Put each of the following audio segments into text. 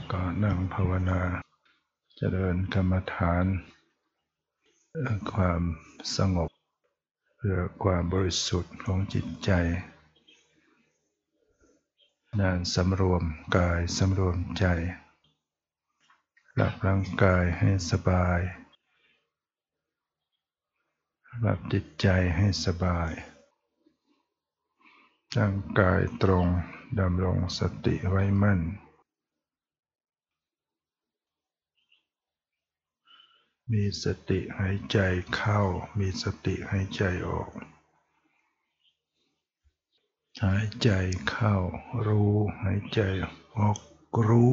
ก็นั่งภาวนาเจริญกรรมฐานความสงบเพื่อความบริสุทธิ์ของจิตใจการสำรวมกายสำรวมใจหลับร่างกายให้สบายหลับจิตใจให้สบายตั้งกายตรงดำรงสติไว้มั่นมีสติหายใจเข้ามีสติหายใจออกหายใจเข้ารู้หายใจออกรู้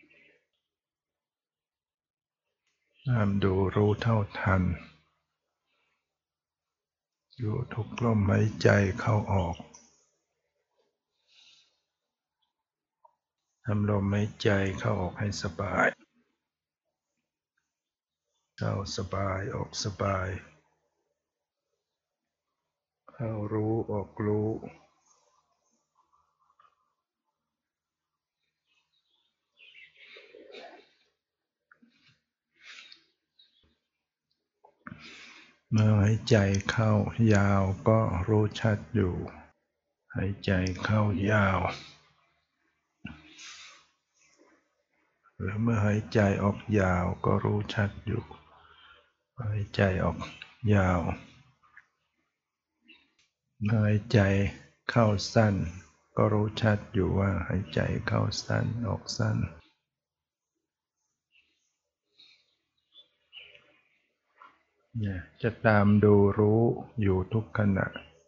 ตามดูรู้เท่าทันอยู่ทุกลมหายใจเข้าออกทำลมหายใจเข้าออกให้สบายเข้าสบายออกสบายเข้ารู้ออกรู้เมื่อหายใจเข้ายาวก็รู้ชัดอยู่หายใจเข้ายาวหรือเมื่อหายใจออกยาวก็รู้ชัดอยู่หายใจออกยาวหายใจเข้าสั้นก็รู้ชัดอยู่ว่าหายใจเข้าสั้นออกสั้นจะตามดูรู้อยู่ทุกขณะ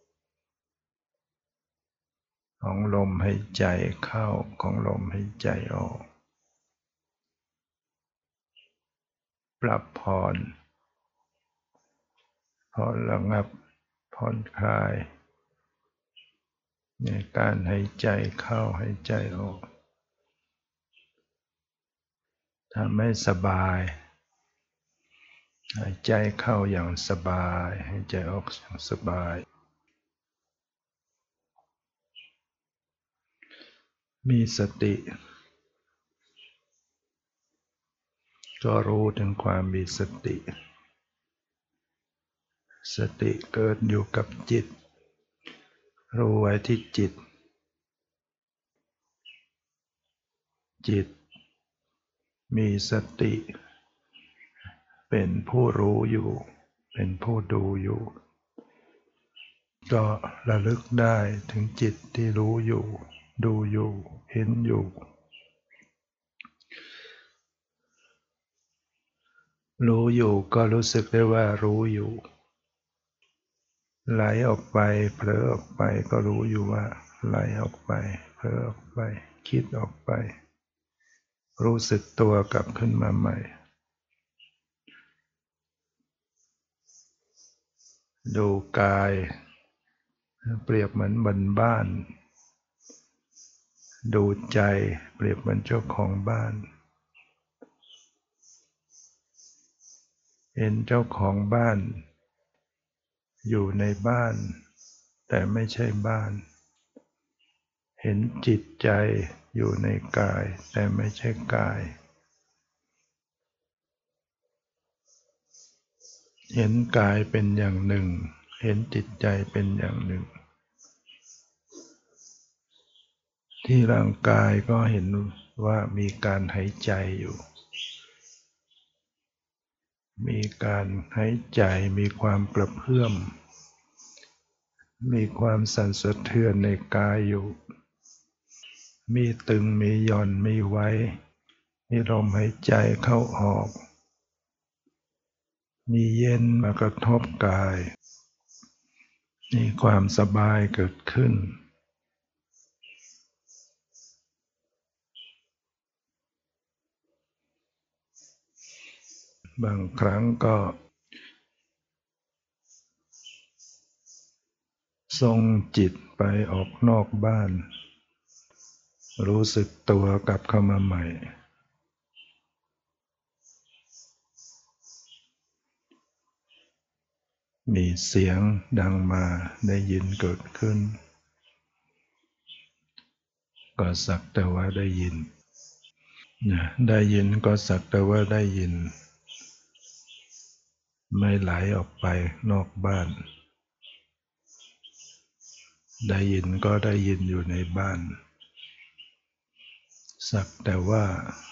ของลมหายใจเข้าของลมหายใจออกปรับผ่อนระงับผ่อนคลายในการหายใจเข้าหายใจออกทำให้สบายหายใจเข้าอย่างสบายหายใจออกอย่างสบายมีสติก็รู้ถึงความมีสติสติเกิดอยู่กับจิตรู้ไว้ที่จิตจิตมีสติเป็นผู้รู้อยู่เป็นผู้ดูอยู่ก็ระลึกได้ถึงจิตที่รู้อยู่ดูอยู่เห็นอยู่รู้อยู่ก็รู้สึกได้ว่ารู้อยู่ไหลออกไปเผลอออกไปก็รู้อยู่ว่าไหลออกไปเผลอออกไปคิดออกไปรู้สึกตัวกลับขึ้นมาใหม่ดูกายเปรียบเหมือนบนบ้านดูใจเปรียบเหมือนเจ้าของบ้านเห็นเจ้าของบ้านอยู่ในบ้านแต่ไม่ใช่บ้านเห็นจิตใจอยู่ในกายแต่ไม่ใช่กายเห็นกายเป็นอย่างหนึ่งเห็นจิตใจเป็นอย่างหนึ่งที่ร่างกายก็เห็นว่ามีการหายใจอยู่มีการหายใจมีความกระเพื่อมมีความสั่นสะเทือนในกายอยู่มีตึงมีหย่อนมีไว้มีลมหายใจเข้าออกมีเย็นมากระทบกายมีความสบายเกิดขึ้นบางครั้งก็ส่งจิตไปออกนอกบ้านรู้สึกตัวกลับเข้ามาใหม่มีเสียงดังมาได้ยินเกิดขึ้นก็สักแต่ว่าได้ยินได้ยินก็สักแต่ว่าได้ยินไม่ไหลออกไปนอกบ้านได้ยินก็ได้ยินอยู่ในบ้านสักแต่ว่า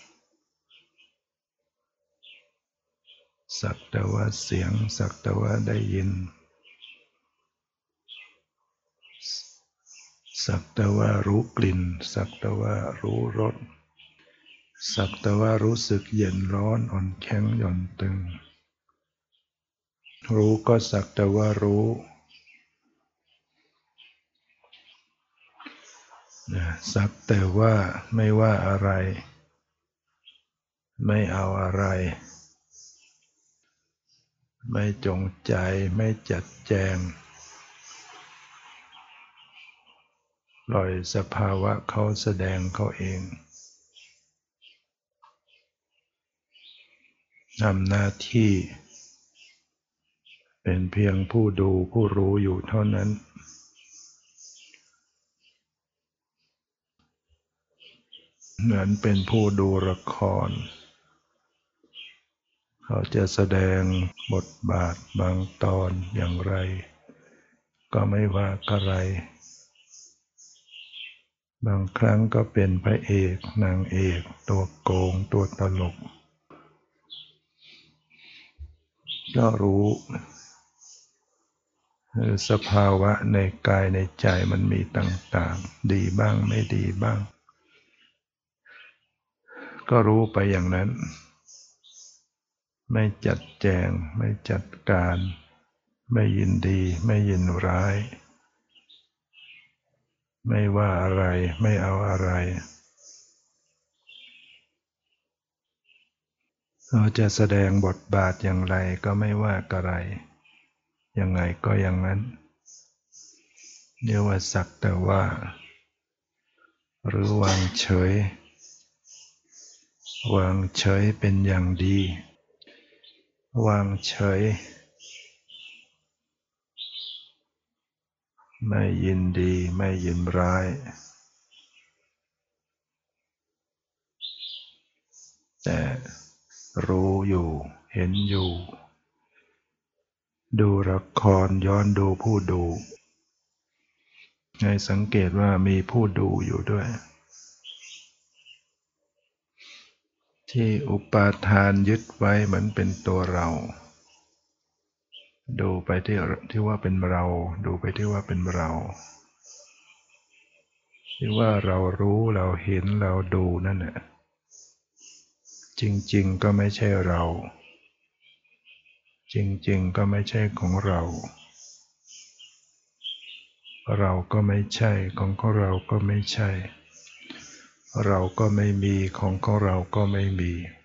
เสียงสักแต่ว่าได้ยินสักแต่ว่ารู้กลิ่นสักแต่ว่ารู้รสสักแต่ว่ารู้สึกเย็นร้อนอ่อนแข็งหย่อนตึงรู้ก็สักแต่ว่ารู้สักแต่ว่าไม่ว่าอะไรไม่เอาอะไรไม่จงใจไม่จัดแจงปล่อยสภาวะเขาแสดงเขาเองทำหน้าที่เป็นเพียงผู้ดูผู้รู้อยู่เท่านั้นเหมือนเป็นผู้ดูละครเขาจะแสดงบทบาทบางตอนอย่างไรก็ไม่ว่าอะไรบางครั้งก็เป็นพระเอกนางเอกตัวโกงตัวตลกก็รู้สภาวะในกายในใจมันมีต่างๆดีบ้างไม่ดีบ้างก็รู้ไปอย่างนั้นไม่จัดแจงไม่จัดการไม่ยินดีไม่ยินร้ายไม่ว่าอะไรไม่เอาอะไรเราจะแสดงบทบาทอย่างไรก็ไม่ว่าอะไรยังไงก็อย่างนั้นเรียกว่าสักแต่ว่าหรือวางเฉยวางเฉยเป็นอย่างดีวางเฉยไม่ยินดีไม่ยินร้ายแต่รู้อยู่เห็นอยู่ดูละครย้อนดูผู้ดูให้สังเกตว่ามีผู้ดูอยู่ด้วยที่อุปาทานยึดไว้เหมือนเป็นตัวเราดูไปที่ว่าเป็นเราดูไปที่ว่าเป็นเราที่ว่าเรารู้เราเห็นเราดูนั่นแหละจริงๆก็ไม่ใช่เราจริงๆก็ไม่ใช่ของเราเราก็ไม่ใช่ของเราก็ไม่ใช่เราก็ไม่มีของเราก็ไม่มี